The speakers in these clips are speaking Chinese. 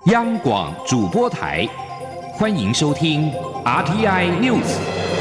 央广主播台，欢迎收听 RTI News。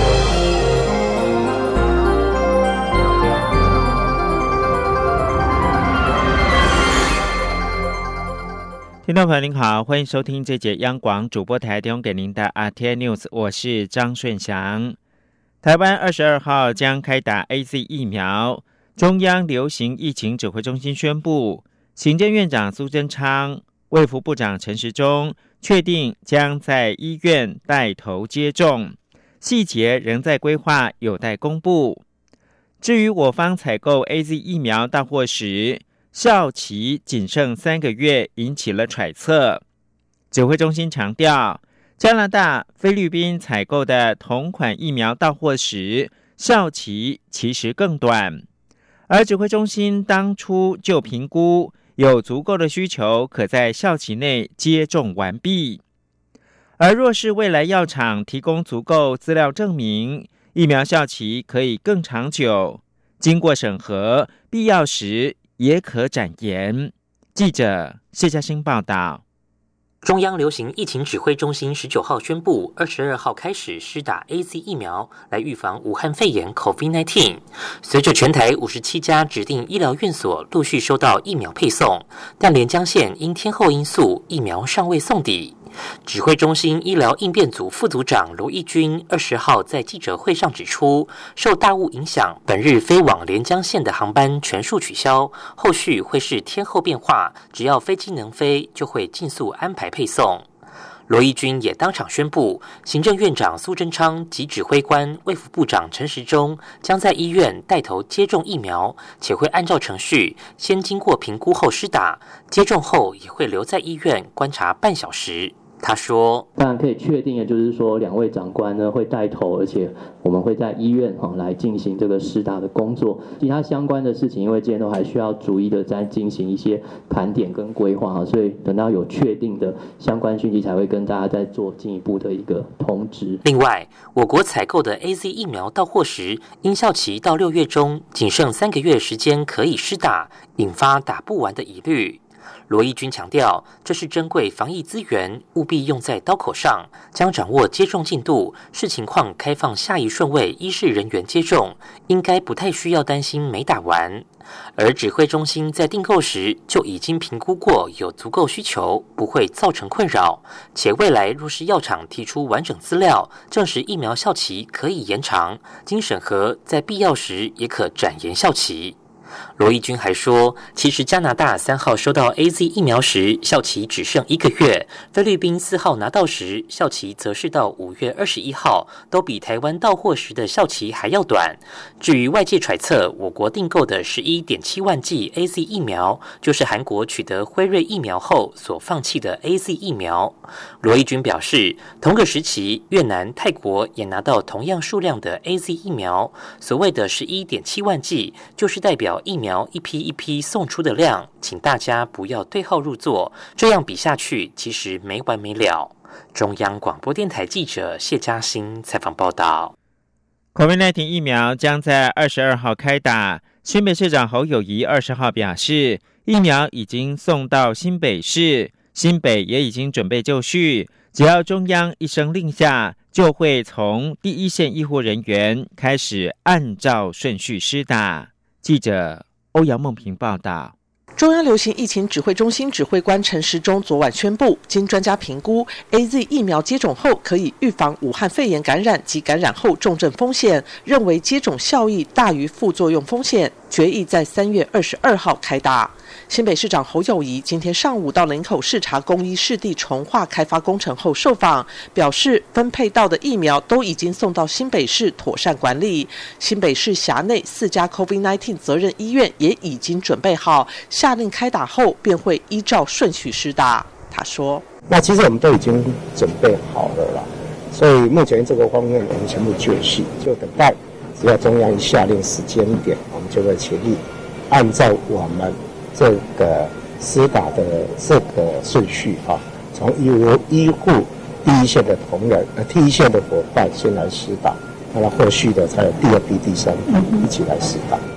听众朋友您好，欢迎收听这节央广主播台提供给您的 RTI News， 我是张顺祥。台湾22号将开打 AZ 疫苗，中央流行疫情指挥中心宣布，行政院长苏贞昌、卫福部长陈时中确定将在医院带头接种，细节仍在规划，有待公布。至于我方采购 AZ 疫苗到货时，效期仅剩3个月，引起了揣测。指挥中心强调，加拿大、菲律宾采购的同款疫苗到货时，效期其实更短。而指挥中心当初就评估有足够的需求，可在效期内接种完毕。而若是未来药厂提供足够资料证明，疫苗效期可以更长久，经过审核，必要时也可展延。记者谢嘉欣报道。 中央流行疫情指挥中心19号宣布，22号开始施打 AZ 疫苗来预防武汉肺炎 COVID-19。随着全台57家指定医疗院所陆续收到疫苗配送，但连江县因天候因素，疫苗尚未送抵。指挥中心医疗应变组副组长罗义军20号在记者会上指出，受大雾影响，本日飞往连江县的航班全数取消，后续会视天候变化，只要飞机能飞，就会尽速安排配送。罗义军也当场宣布，行政院长苏贞昌及指挥官卫福部长陈时中将在医院带头接种疫苗，且会按照程序先经过评估后施打，接种后也会留在医院观察半小时。他说， 当然可以确定的就是说2位长官呢会带头，而且我们会在医院来进行这个施打的工作。其他相关的事情，因为今天都还需要逐一的再进行一些盘点跟规划，所以等到有确定的相关讯息才会跟大家再做进一步的一个通知。 另外，我国采购的 AZ 疫苗到货时，因效期到6月中，仅剩3个月时间可以施打，引发打不完的疑虑。罗义军强调，这是珍贵防疫资源，务必用在刀口上，将掌握接种进度，视情况开放下一顺位医事人员接种，应该不太需要担心没打完。而指挥中心在订购时就已经评估过有足够需求，不会造成困扰，且未来若是药厂提出完整资料，证实疫苗效期可以延长，经审核在必要时也可展延效期。罗义军还说，其实加拿大3号收到 AZ 疫苗时，效期只剩1个月；菲律宾4号拿到时，效期则是到5月21号，都比台湾到货时的效期还要短。至于外界揣测，我国订购的11.7万剂 AZ 疫苗，就是韩国取得辉瑞疫苗后所放弃的 AZ 疫苗。罗义军表示，同个时期，越南、泰国也拿到同样数量的 AZ 疫苗，所谓的11.7万剂，就是代表疫苗一批一批送出的量，请大家不要对号入座，这样比下去其实没完没了。中央广播电台记者谢嘉欣采访报道。 COVID-19 疫苗将在22号开打，新北市长侯友宜20号表示，疫苗已经送到新北市，新北也已经准备就绪，只要中央一声令下，就会从第一线医护人员开始按照顺序施打。记者欧阳梦平报道。 中央流行疫情指挥中心指挥官陈时中昨晚宣布，经专家评估 ，AZ 疫苗接种后可以预防武汉肺炎感染及感染后重症风险，认为接种效益大于副作用风险，决议在3月22号开打。新北市长侯友宜今天上午到林口视察公医湿地重划开发工程后受访，表示分配到的疫苗都已经送到新北市妥善管理，新北市辖内4家 COVID-19 责任医院也已经准备好，下令开打后便会依照顺序施打。他说：“ 那其实我们都已经准备好了啦，所以目前这个方面我们全部就绪，就等待只要中央一下令时间点，我们就会全力按照我们这个施打的这个顺序啊，从医护第一线的同仁、第一线的伙伴先来施打，那后续的才有第2批、第3批一起来施打。”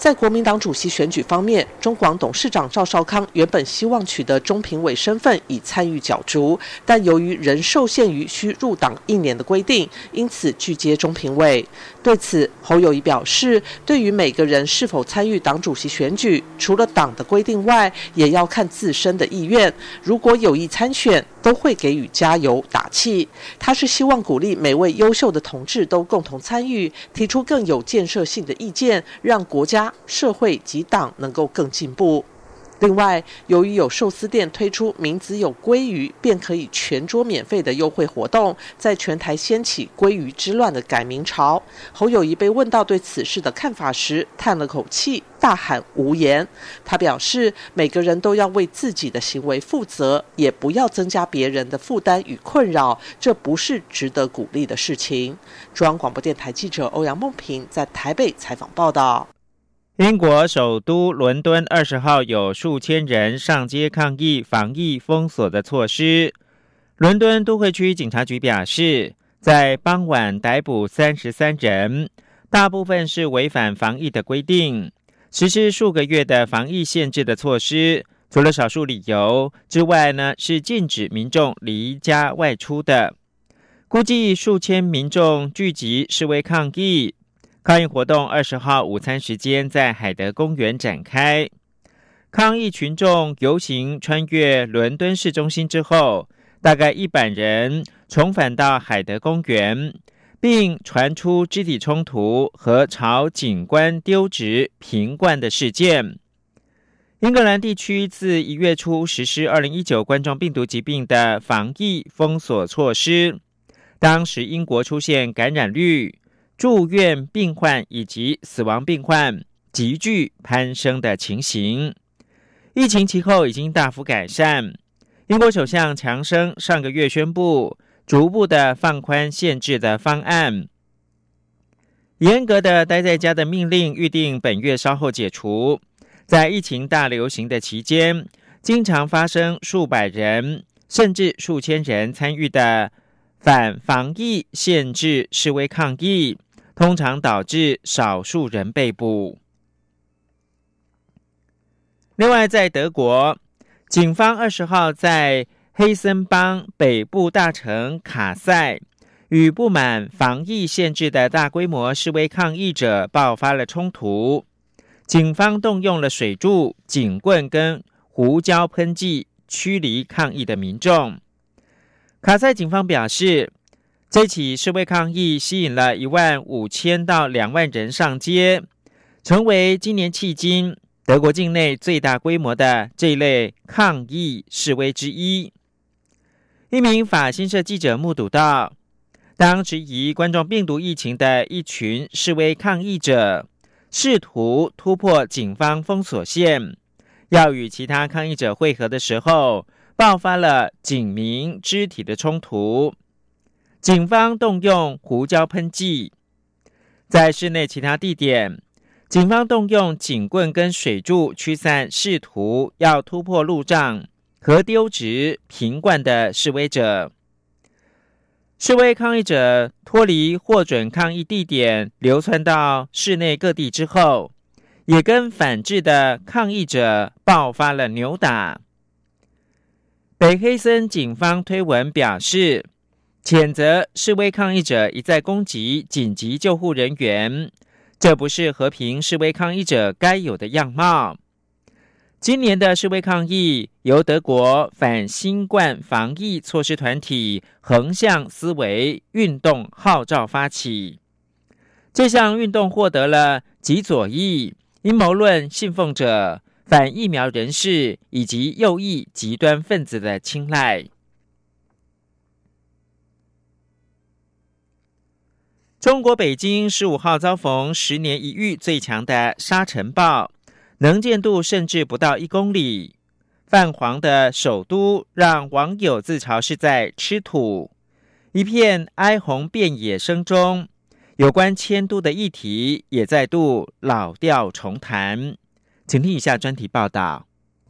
在国民党主席选举方面，中广董事长赵少康原本希望取得中评委身份以参与角逐，但由于仍受限于需入党1年的规定，因此拒接中评委。对此，侯友宜表示，对于每个人是否参与党主席选举，除了党的规定外，也要看自身的意愿。如果有意参选，都会给予加油打气。他是希望鼓励每位优秀的同志都共同参与，提出更有建设性的意见，让国家、社会及党能够更进步。另外，由于有寿司店推出名字有鲑鱼便可以全桌免费的优惠活动，在全台掀起鲑鱼之乱的改名潮。侯友宜被问到对此事的看法时，叹了口气，大喊无言。他表示，每个人都要为自己的行为负责，也不要增加别人的负担与困扰，这不是值得鼓励的事情。中央广播电台记者欧阳梦平在台北采访报道。 英国首都伦敦20号有数千人上街抗议防疫封锁的措施。伦敦都会区警察局表示，在傍晚逮捕33人，大部分是违反防疫的规定，实施数个月的防疫限制的措施，除了少数理由之外呢，是禁止民众离家外出的。估计数千民众聚集示威抗议。抗议活动20号午餐时间在海德公园展开。抗议群众游行穿越伦敦市中心之后，大概100人重返到海德公园，并传出肢体冲突和朝警官丢掷瓶罐的事件。英格兰地区自1月初实施2019冠状病毒疾病的防疫封锁措施，当时英国出现感染率、住院病患以及死亡病患急剧攀升的情形。疫情其后已经大幅改善。英国首相强生上个月宣布逐步的放宽限制的方案，严格的待在家的命令预定本月稍后解除。在疫情大流行的期间，经常发生数百人甚至数千人参与的反防疫限制示威抗议，通常导致少数人被捕。另外，在德国，警方20号在黑森邦北部大城卡塞与不满防疫限制的大规模示威抗议者爆发了冲突，警方动用了水柱、警棍跟胡椒喷剂驱离抗议的民众。卡塞警方表示，这起示威抗议吸引了15000到2万人上街，成为今年迄今德国境内最大规模的这一类抗议示威之一。一名法新社记者目睹到，当质疑冠状病毒疫情的一群示威抗议者试图突破警方封锁线，要与其他抗议者会合的时候，爆发了警民肢体的冲突。警方动用胡椒喷剂，在市内其他地点，警方动用警棍跟水柱驱散试图要突破路障和丢掷瓶罐的示威者。示威抗议者脱离获准抗议地点，流窜到市内各地之后，也跟反制的抗议者爆发了扭打。北黑森警方推文表示，谴责示威抗议者一再攻击紧急救护人员，这不是和平示威抗议者该有的样貌。今年的示威抗议由德国反新冠防疫措施团体横向思维运动号召发起。这项运动获得了极左翼、阴谋论信奉者、反疫苗人士以及右翼极端分子的青睐。中国北京15号遭逢10年一遇最强的沙尘暴，能见度甚至不到1公里。泛黄的首都让网友自嘲是在吃土。一片哀鸿遍野声中，有关迁都的议题也再度老调重弹。请听以下专题报道。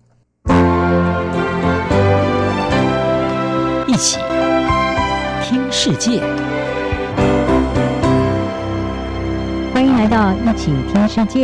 一起听世界。 欢迎来到一起听世界，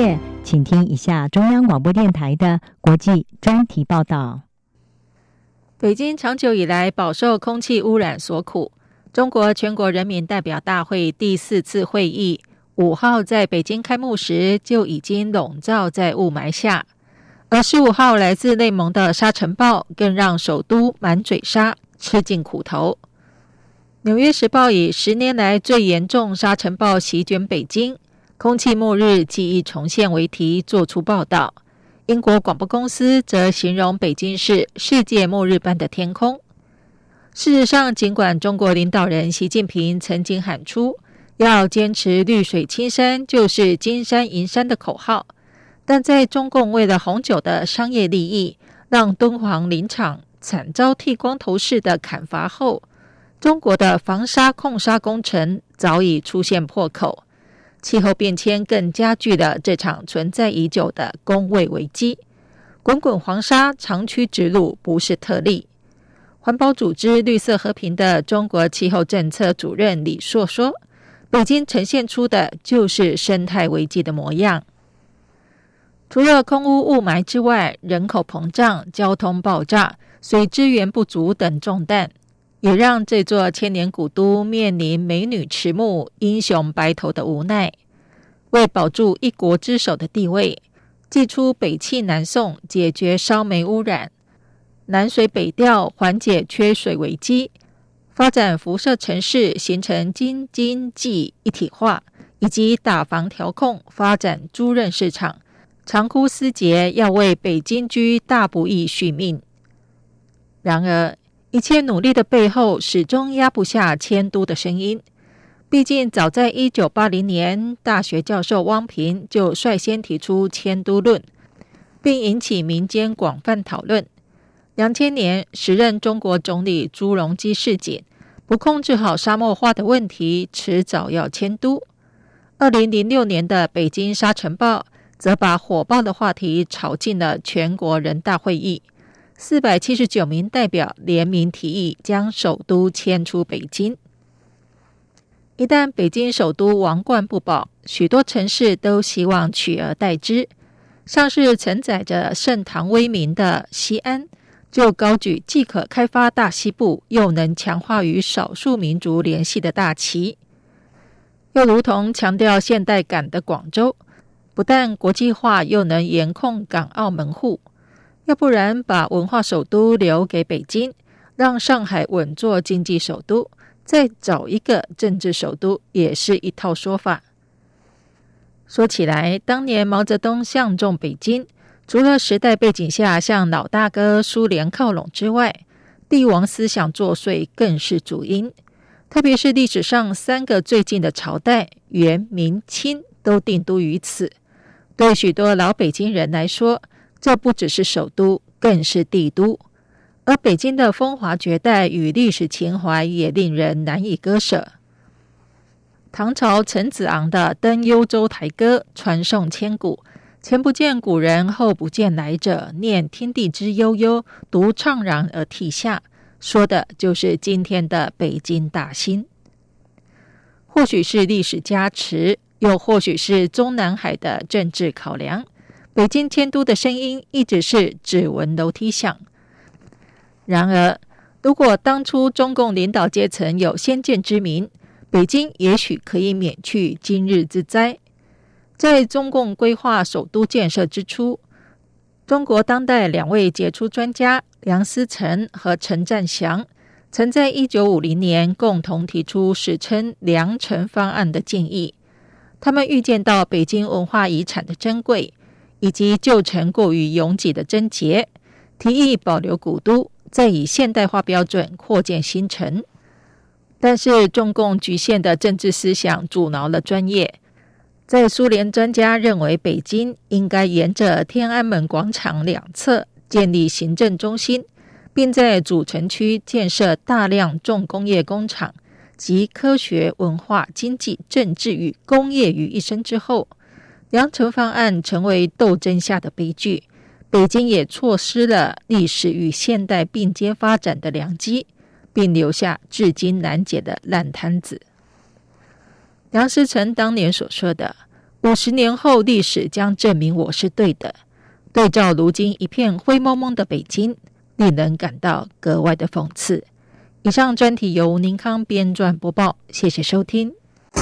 请听以下中央广播电台的国际专题报道。 北京长久以来饱受空气污染所苦，中国全国人民代表大会第4次会议5号在北京开幕时就已经笼罩在雾霾下，而15号来自内蒙的沙尘暴更让首都满嘴沙，吃尽苦头。纽约时报以10年来最严重沙尘暴席卷北京，空气末日记忆重现为题作出报道。英国广播公司则形容北京是世界末日般的天空。事实上，尽管中国领导人习近平曾经喊出要坚持绿水青山就是金山银山的口号，但在中共为了红酒的商业利益，让敦煌林场惨遭剃光头式的砍伐后，中国的防沙控沙工程早已出现破口，气候变迁更加剧了这场存在已久的工卫危机。滚滚黄沙长驱直入不是特例。环保组织绿色和平的中国气候政策主任李硕说，北京呈现出的就是生态危机的模样。除了空污雾霾之外，人口膨胀、交通爆炸、水资源不足等重担，也让这座千年古都面临美女迟暮、英雄白头的无奈。为保住一国之首的地位，祭出北气南送，解决烧煤污染，南水北调缓解缺水危机，发展辐射城市，形成京津冀一体化，以及打防调控，发展租赁市场，长枯思竭，要为北京居大不易续命。然而，一切努力的背后，始终压不下迁都的声音。毕竟，早在1980年，大学教授汪平就率先提出迁都论，并引起民间广泛讨论。2000年，时任中国总理朱镕基示警，不控制好沙漠化的问题，迟早要迁都。2006年的北京沙尘暴，则把火爆的话题炒进了全国人大会议。479名代表联名提议将首都迁出北京。一旦北京首都王冠不保，许多城市都希望取而代之。像是承载着盛唐威名的西安，就高举既可开发大西部，又能强化与少数民族联系的大旗。又如同强调现代感的广州，不但国际化，又能严控港澳门户。要不然把文化首都留给北京，让上海稳坐经济首都，再找一个政治首都，也是一套说法。说起来，当年毛泽东相中北京，除了时代背景下向老大哥苏联靠拢之外，帝王思想作祟更是主因。特别是历史上3个最近的朝代，元、明、清都定都于此。对许多老北京人来说，这不只是首都，更是帝都。而北京的风华绝代与历史情怀也令人难以割舍。唐朝陈子昂的《登幽州台歌》传颂千古，前不见古人，后不见来者，念天地之悠悠，独怅然而涕下，说的就是今天的北京大兴。或许是历史加持，又或许是中南海的政治考量，北京迁都的声音一直是只闻楼梯响。然而，如果当初中共领导阶层有先见之明，北京也许可以免去今日之灾。在中共规划首都建设之初，中国当代2位杰出专家梁思成和陈占祥曾在1950年共同提出史称梁陈方案的建议。他们预见到北京文化遗产的珍贵，以及旧城过于拥挤的症结，提议保留古都，再以现代化标准扩建新城。但是中共局限的政治思想阻挠了专业。在苏联专家认为北京应该沿着天安门广场2侧建立行政中心，并在主城区建设大量重工业工厂，集科学、文化、经济、政治与工业于一身之后，梁陈方案成为斗争下的悲剧。北京也错失了历史与现代并肩发展的良机，并留下至今难解的烂摊子。梁思成当年所说的 50年后，历史将证明我是对的。对照如今一片灰蒙蒙的北京，令人感到格外的讽刺。以上专题由宁康编撰播报，谢谢收听。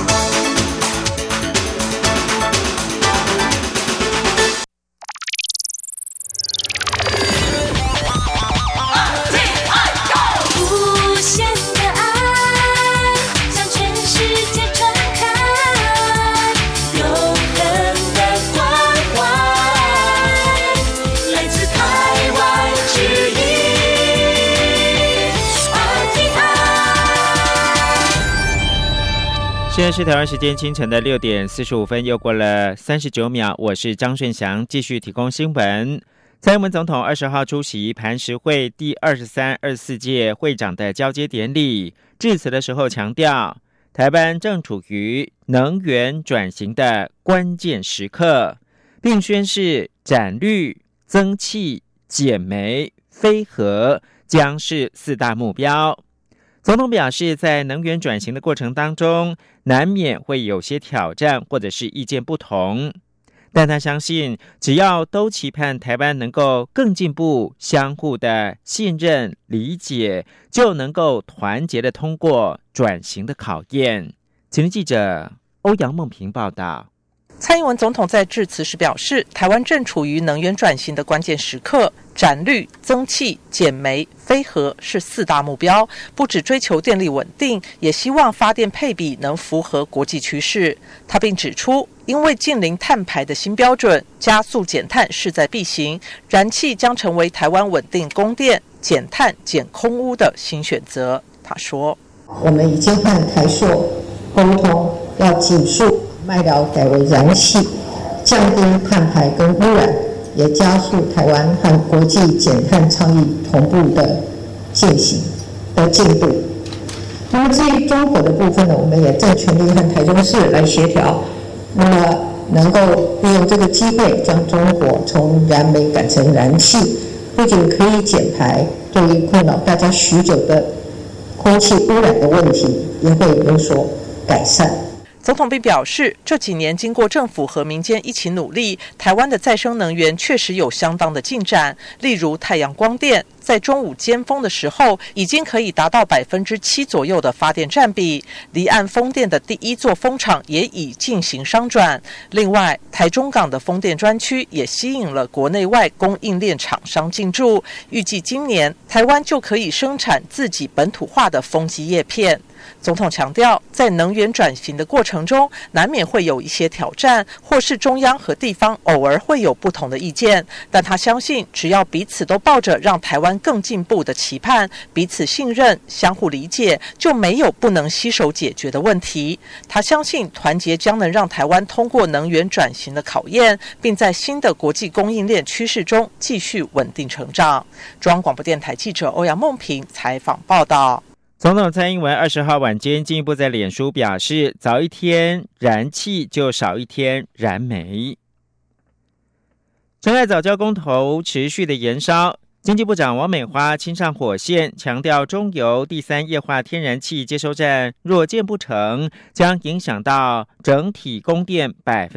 现在是台湾时间清晨的6点45分，又过了39秒。我是张顺祥，继续提供新闻。蔡英文总统20号出席磐石会第23、24届会长的交接典礼，致辞的时候强调，台湾正处于能源转型的关键时刻，并宣示展绿、增气、减煤、非核将是4大目标。总统表示，在能源转型的过程当中，难免会有些挑战或者是意见不同，但他相信，只要都期盼台湾能够更进步，相互的信任、理解，就能够团结的通过转型的考验。请听记者欧阳梦平报道。 蔡英文总统在致辞时表示，台湾正处于能源转型的关键时刻，展绿、增气、减煤、非核是4大目标，不只追求电力稳定，也希望发电配比能符合国际趋势。他并指出，因为近零碳排的新标准，加速减碳势在必行，燃气将成为台湾稳定供电、减碳、减空污的新选择。他说， 我们已经和台塑沟通，要紧速卖疗改为燃气，降低碳排跟污染，也加速台湾和国际减碳倡议同步的进度。那么至于中火的部分呢，我们也正全力和台中市来协调，那么能够利用这个机会，将中火从燃煤改成燃气，不仅可以减排，对于困扰大家许久的空气污染的问题也会有所改善。 总统并表示，这几年经过政府和民间一起努力，台湾的再生能源确实有相当的进展。例如太阳光电，在中午尖峰的时候，已经可以达到7%左右的发电占比。离岸风电的第1座风场也已进行商转。另外，台中港的风电专区也吸引了国内外供应链厂商进驻。预计今年台湾就可以生产自己本土化的风机叶片。总统强调，在能源转型的过程中，难免会有一些挑战，或是中央和地方偶尔会有不同的意见，但他相信，只要彼此都抱着让台湾更进步的期盼，彼此信任、相互理解，就没有不能携手解决的问题。他相信，团结将能让台湾通过能源转型的考验，并在新的国际供应链趋势中继续稳定成长。中央广播电台记者欧阳梦平采访报道。 总统蔡英文20号晚间进一步在脸书表示，早一天燃气就少一天燃煤。珍爱藻礁公投持续的延烧，经济部长王美花亲上火线，强调中油第3液化天然气接收站若建不成，将影响到整体供电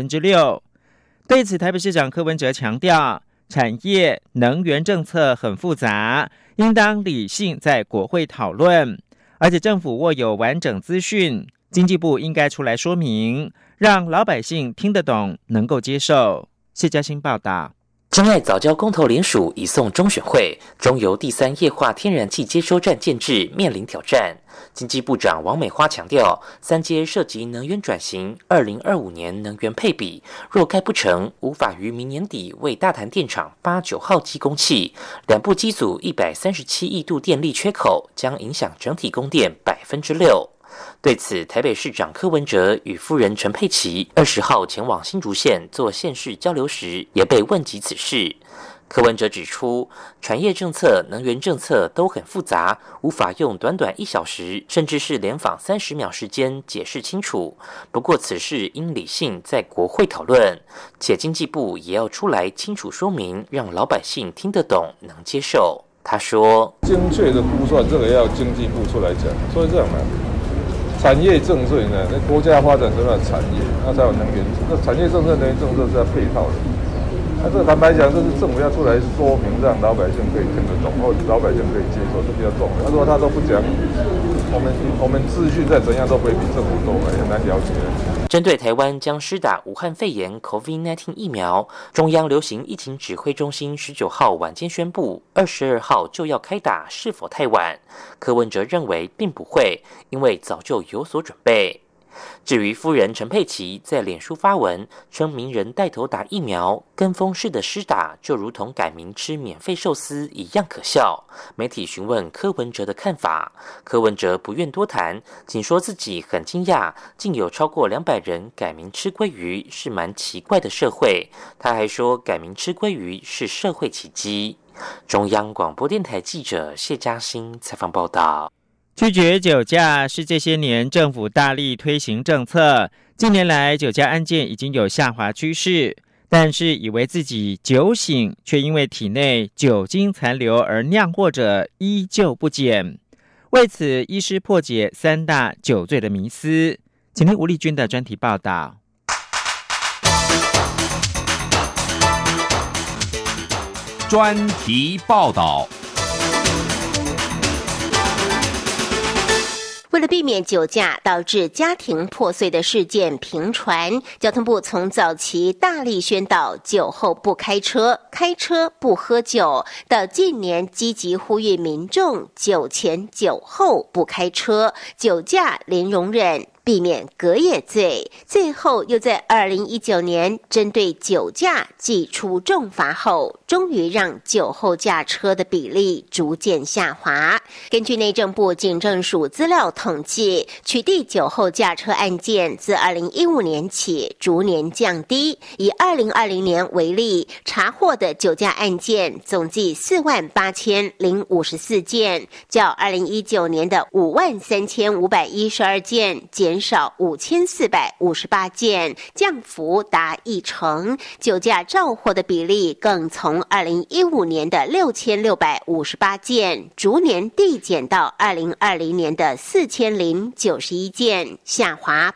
6%。对此，台北市长柯文哲强调，产业能源政策很复杂，应当理性在国会讨论。而且政府握有完整资讯，经济部应该出来说明，让老百姓听得懂，能够接受。谢嘉欣报道。 珍爱藻礁公投联署移送中选会，中油第3液化天然气接收站建制面临挑战。经济部长王美花强调，3阶涉及能源转型，2025年能源配比若盖不成，无法于明年底为大潭电厂8、9号机供气，2部机组137亿度电力缺口，将影响整体供电6%。对此，台北市长柯文哲与夫人陈佩琪20号前往新竹县做县市交流时，也被问及此事。柯文哲指出，产业政策、能源政策都很复杂，无法用短短1小时，甚至是联访30秒时间解释清楚。不过此事应理性在国会讨论，且经济部也要出来清楚说明，让老百姓听得懂、能接受。他说：“ 精确的估算，这个要经济部出来讲，所以这样呢。” 产业政策呢，那国家发展什么产业，那才有能源。那产业政策、能源政策是要配套的。那这坦白讲，这是政府要出来说明，让老百姓可以听得懂，或者老百姓可以接受，这比较重要。如果他都不讲，我们资讯再怎样都不会比政府多，也很难了解。 针对台湾将施打武汉肺炎 COVID-19 疫苗，中央流行疫情指挥中心19号晚间宣布，22号就要开打，是否太晚？柯文哲认为并不会，因为早就有所准备。至于夫人陈佩琪在脸书发文称，名人带头打疫苗，跟风式的施打就如同改名吃免费寿司一样可笑。媒体询问柯文哲的看法，柯文哲不愿多谈，仅说自己很惊讶，竟有超过200人改名吃鲑鱼，是蛮奇怪的社会。他还说，改名吃鲑鱼是社会奇迹。中央广播电台记者谢嘉欣采访报道。 拒绝酒驾是这些年政府大力推行政策，近年来酒驾案件已经有下滑趋势，但是以为自己酒醒，却因为体内酒精残留而酿祸者依旧不减。为此，医师破解3大酒醉的迷思。请听吴丽君的专题报道。 专题报道。 为了避免酒驾导致家庭破碎的事件频传，交通部从早期大力宣导酒后不开车、开车不喝酒，到近年积极呼吁民众酒前酒后不开车，酒驾零容忍，避免隔夜醉，最后又在2019年针对酒驾祭出重罚后，终于让酒后驾车的比例逐渐下滑。根据内政部警政署资料统计，取缔酒后驾车案件自2015年起逐年降低，以2020年为例，查获的酒驾案件总计48054件，较2019年的53512件减少5458件，降幅达1%。酒驾肇获的比例更从2015年的6658件逐年递减到2020年的4091件，下滑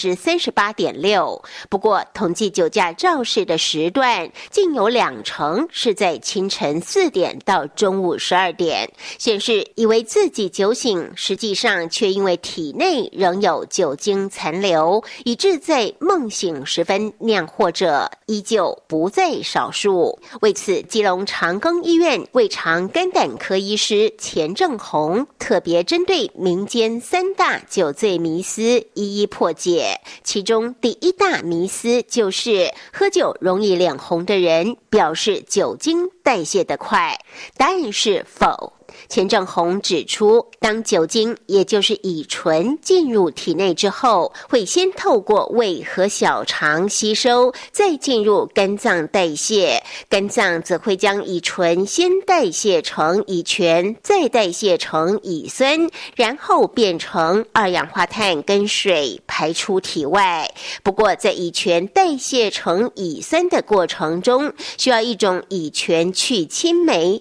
38.6%。不过，统计酒驾肇事的时段，竟有20%是在清晨4点到中午12点，显示以为自己酒醒，实际上却因为体内仍有酒精残留，以致在梦醒时分酿祸者依旧不在少数。为此，基隆长庚医院胃肠肝胆科医师钱正宏特别针对民间3大酒醉迷思一一破解。其中第1大迷思就是喝酒容易脸红的人表示酒精代谢得快，答案是否。钱正宏指出，当酒精也就是乙醇进入体内之后，会先透过胃和小肠吸收，再进入肝脏代谢，肝脏则会将乙醇先代谢成乙醛，再代谢成乙酸，然后变成2氧化碳跟水排出体外。不过在乙醛代谢成乙酸的过程中，需要一种乙醛去氢酶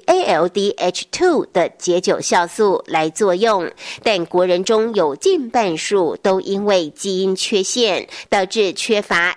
ALDH2 的解酒酵素来作用，但国人中有近半数都因为基因缺陷导致缺乏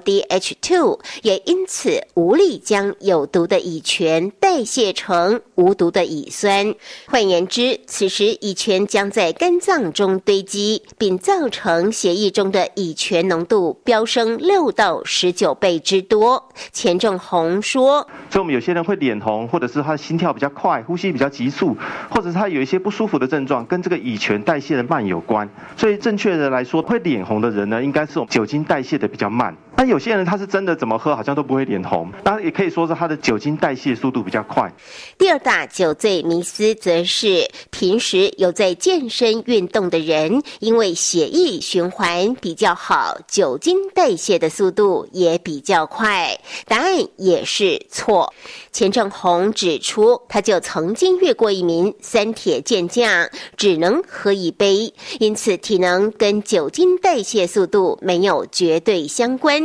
ALDH2， 也因此无力将有毒的乙醛代谢成无毒的乙酸。换言之，此时乙醛将在肝脏中堆积，并造成血液中的乙醛浓度飙升6到19倍之多。钱正宏说， 所以我们有些人会脸红，或者是他心跳比较快，呼吸比较急促，或者是他有一些不舒服的症状，跟这个乙醛代谢的慢有关。所以正确的来说，会脸红的人呢，应该是酒精代谢的比较慢。那有些人他是真的怎么喝好像都不会脸红，那也可以说是他的酒精代谢速度比较快。 第2大酒醉迷思则是平时有在健身运动的人，因为血液循环比较好，酒精代谢的速度也比较快。答案也是错。钱正宏指出，他就曾经遇过一名3铁健将，只能喝1杯，因此体能跟酒精代谢速度没有绝对相关。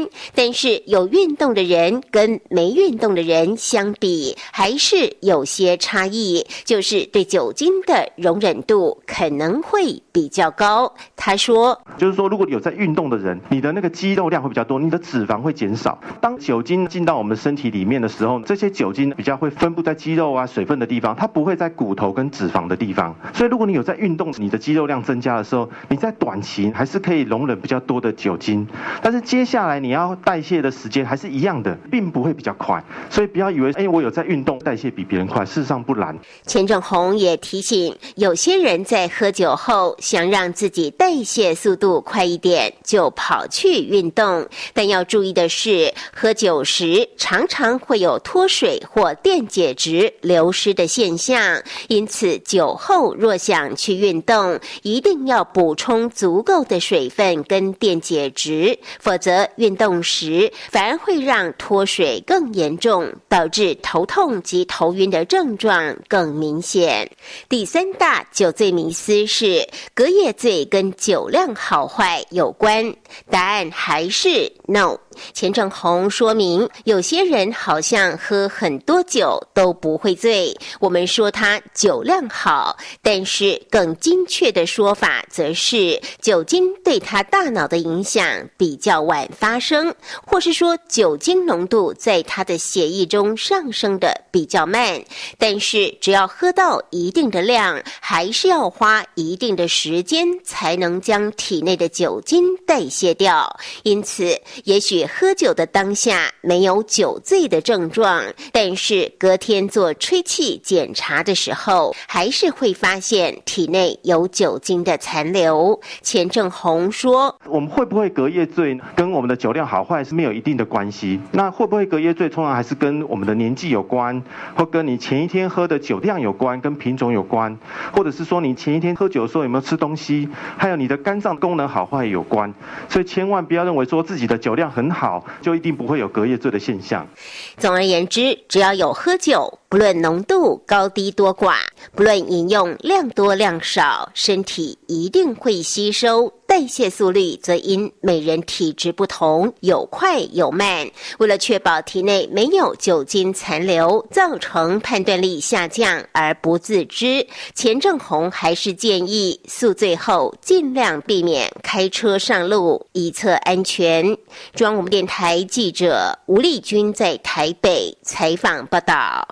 关，但是有运动的人跟没运动的人相比，还是有些差异，就是对酒精的容忍度可能会比较高。他说， 就是说如果有在运动的人，你的那个肌肉量会比较多，你的脂肪会减少。当酒精进到我们身体里面的时候，这些酒精比较会分布在肌肉啊、水分的地方，它不会在骨头跟脂肪的地方。所以如果你有在运动，你的肌肉量增加的时候，你在短期还是可以容忍比较多的酒精，但是接下来你要代谢的时间还是一样的，并不会比较快。所以不要以为我有在运动，代谢比别人快，事实上不然。 钱正宏也提醒，有些人在喝酒后想让自己代谢速度快一点，就跑去运动。但要注意的是，喝酒时常常会有脱水或电解质流失的现象，因此酒后若想去运动，一定要补充足够的水分跟电解质，否则运动时反而会让脱水更严重，导致头痛及头晕的症状更明显。第三大酒醉迷思是隔夜醉跟酒量好坏有关，答案还是 no。钱正宏说明，有些人好像喝很多酒都不会醉，我们说他酒量好，但是更精确的说法则是酒精对他大脑的影响比较晚发生，或是说酒精浓度在他的血液中上升的比较慢，但是只要喝到一定的量，还是要花一定的时间才能将体内的酒精代谢掉。因此也许喝酒的当下没有酒醉的症状，但是隔天做吹气检查的时候，还是会发现体内有酒精的残留。钱正宏说， 我们会不会隔夜醉跟我们的酒量好坏是没有一定的关系。那会不会隔夜醉通常还是跟我们的年纪有关，或跟你前一天喝的酒量有关，跟品种有关，或者是说你前一天喝酒的时候有没有吃东西，还有你的肝脏功能好坏有关。所以千万不要认为说自己的酒量很好就一定不会有隔夜醉的现象。 总而言之，只要有喝酒，不论浓度高低多寡，不论饮用量多量少，身体一定会吸收，代谢速率则因每人体质不同，有快有慢。为了确保体内没有酒精残留，造成判断力下降而不自知，钱正宏还是建议宿醉后尽量避免开车上路，以策安全。中央广播电台记者吴丽君在台北采访报道。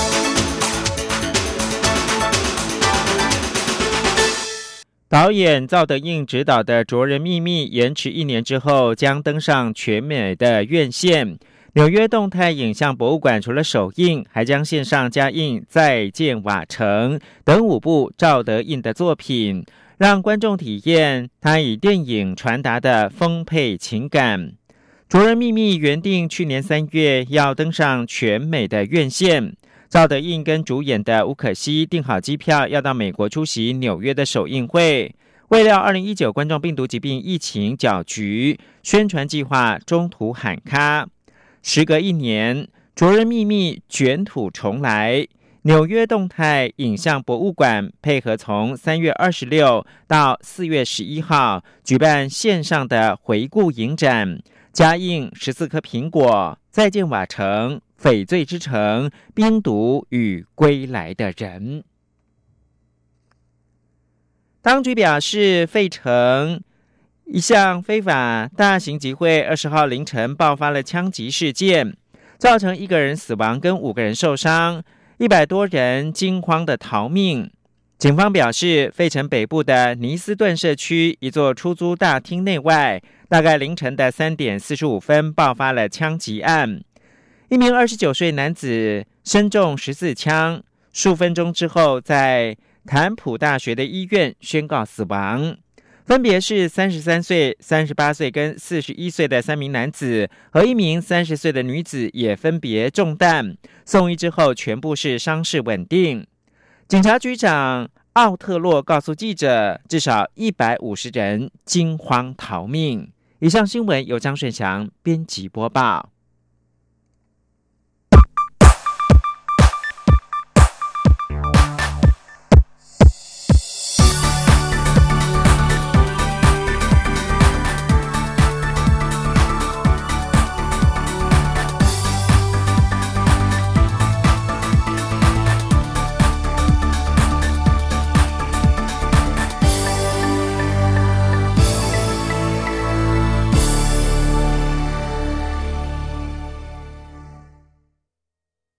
导演赵德胤执导的《灼人秘密》延迟1年之后将登上全美的院线。纽约动态影像博物馆除了首映，还将线上加映《再见瓦城》等5部赵德胤的作品，让观众体验他以电影传达的丰沛情感。《灼人秘密》原定去年3月要登上全美的院线。赵德胤跟主演的吴可希订好机票，要到美国出席纽约的首映会。未料2019冠状病毒疾病疫情搅局，宣传计划中途喊卡。时隔1年，《灼人秘密》卷土重来。纽约动态影像博物馆配合从3月26到4月11号举办线上的回顾影展，加映14颗苹果、再见瓦城、翡翠之城、冰毒与归来的人。当局表示，费城一项非法大型集会20号凌晨爆发了枪击事件，造成1个人死亡跟5个人受伤，100多人惊慌的逃命。警方表示，费城北部的尼斯顿社区一座出租大厅内外，大概凌晨的3点45分爆发了枪击案。一名29岁男子身中14枪，数分钟之后在坦普大学的医院宣告死亡。分别是33岁、38岁跟41岁的3名男子和1名30岁的女子，也分别中弹，送医之后全部是伤势稳定。警察局长奥特洛告诉记者，至少150人惊慌逃命。以上新闻由张顺祥编辑播报。